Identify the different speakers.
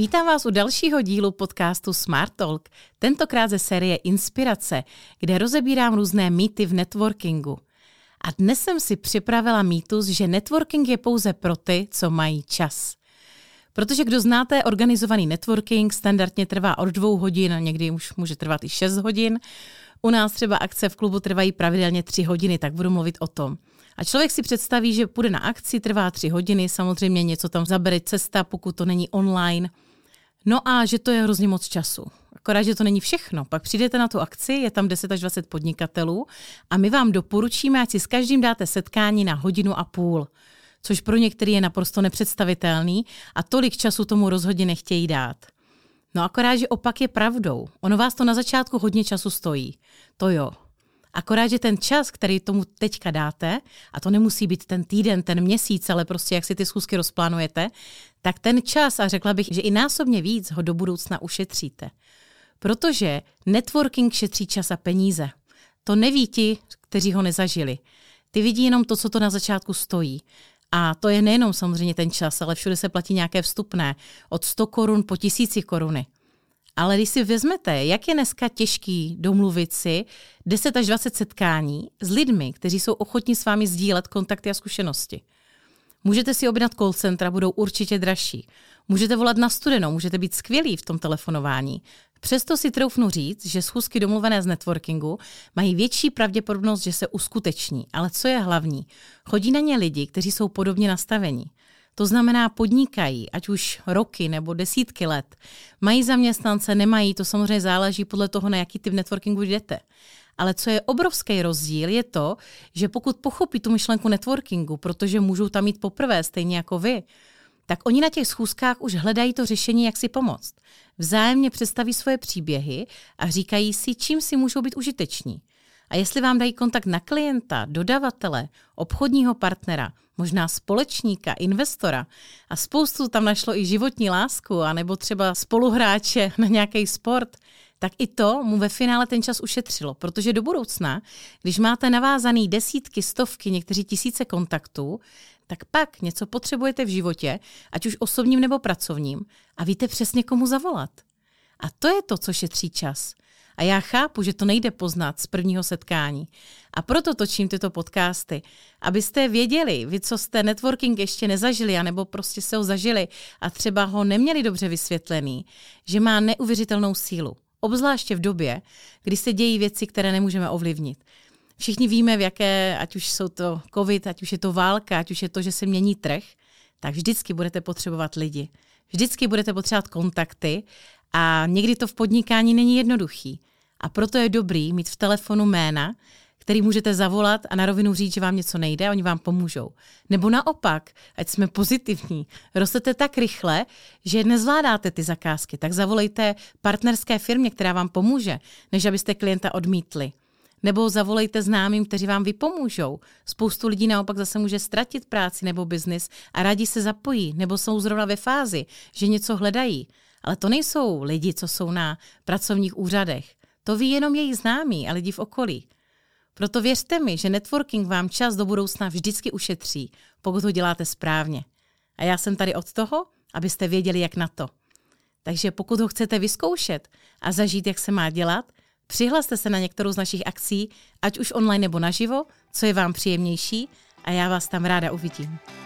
Speaker 1: Vítám vás u dalšího dílu podcastu Smart Talk, tentokrát ze série Inspirace, kde rozebírám různé mýty v networkingu. A dnes jsem si připravila mýtus, že networking je pouze pro ty, co mají čas. Protože kdo znáte organizovaný networking, standardně trvá od 2 hodin, a někdy už může trvat i 6 hodin. U nás třeba akce v klubu trvají pravidelně 3 hodiny, tak budu mluvit o tom. A člověk si představí, že půjde na akci, trvá 3 hodiny, samozřejmě něco tam zabere cesta, pokud to není online. No a že to je hrozně moc času. Akorát, že to není všechno. Pak přijdete na tu akci, je tam 10 až 20 podnikatelů a my vám doporučíme, ať si s každým dáte setkání na 1,5 hodiny, což pro některý je naprosto nepředstavitelný a tolik času tomu rozhodně nechtějí dát. No akorát, že opak je pravdou. Ono vás to na začátku hodně času stojí. To jo. Akorát, že ten čas, který tomu teďka dáte, a to nemusí být ten týden, ten měsíc, ale prostě jak si ty schůzky rozplánujete, tak ten čas, a řekla bych, že i násobně víc ho do budoucna ušetříte. Protože networking šetří čas a peníze. To neví ti, kteří ho nezažili. Ty vidí jenom to, co to na začátku stojí. A to je nejenom samozřejmě ten čas, ale všude se platí nějaké vstupné. Od 100 korun po 1000 koruny. Ale když si vezmete, jak je dneska těžký domluvit si 10 až 20 setkání s lidmi, kteří jsou ochotní s vámi sdílet kontakty a zkušenosti. Můžete si objednat call centra, budou určitě dražší. Můžete volat na studenou, můžete být skvělí v tom telefonování. Přesto si troufnu říct, že schůzky domluvené z networkingu mají větší pravděpodobnost, že se uskuteční. Ale co je hlavní? Chodí na ně lidi, kteří jsou podobně nastavení. To znamená, podnikají, ať už roky nebo desítky let. Mají zaměstnance, nemají, to samozřejmě záleží podle toho, na jaký typ networkingu jdete. Ale co je obrovský rozdíl, je to, že pokud pochopí tu myšlenku networkingu, protože můžou tam mít poprvé, stejně jako vy, tak oni na těch schůzkách už hledají to řešení, jak si pomoct. Vzájemně představí svoje příběhy a říkají si, čím si můžou být užiteční. A jestli vám dají kontakt na klienta, dodavatele, obchodního partnera, možná společníka, investora a spoustu tam našlo i životní lásku, anebo třeba spoluhráče na nějaký sport, tak i to mu ve finále ten čas ušetřilo, protože do budoucna, když máte navázaný desítky, stovky, někteří tisíce kontaktů, tak pak něco potřebujete v životě, ať už osobním nebo pracovním, a víte přesně, komu zavolat. A to je to, co šetří čas. A já chápu, že to nejde poznat z prvního setkání. A proto točím tyto podcasty, abyste věděli, vy, co jste networking ještě nezažili, anebo prostě se ho zažili a třeba ho neměli dobře vysvětlený, že má neuvěřitelnou sílu. Obzvláště v době, kdy se dějí věci, které nemůžeme ovlivnit. Všichni víme, v jaké, ať už jsou to covid, ať už je to válka, ať už je to, že se mění trh, tak vždycky budete potřebovat lidi. Vždycky budete potřebovat kontakty a někdy to v podnikání není jednoduchý. A proto je dobrý mít v telefonu jména, který můžete zavolat a na rovinu říct, že vám něco nejde a oni vám pomůžou. Nebo naopak, ať jsme pozitivní, rostete tak rychle, že nezvládáte ty zakázky, tak zavolejte partnerské firmě, která vám pomůže, než abyste klienta odmítli. Nebo zavolejte známým, kteří vám vypomůžou. Spoustu lidí naopak zase může ztratit práci nebo biznis a rádi se zapojí, nebo jsou zrovna ve fázi, že něco hledají. Ale to nejsou lidi, co jsou na pracovních úřadech. To ví jenom jejich známí a lidi v okolí. Proto věřte mi, že networking vám čas do budoucna vždycky ušetří, pokud ho děláte správně. A já jsem tady od toho, abyste věděli, jak na to. Takže pokud ho chcete vyzkoušet a zažít, jak se má dělat, přihlaste se na některou z našich akcí, ať už online nebo naživo, co je vám příjemnější, a já vás tam ráda uvidím.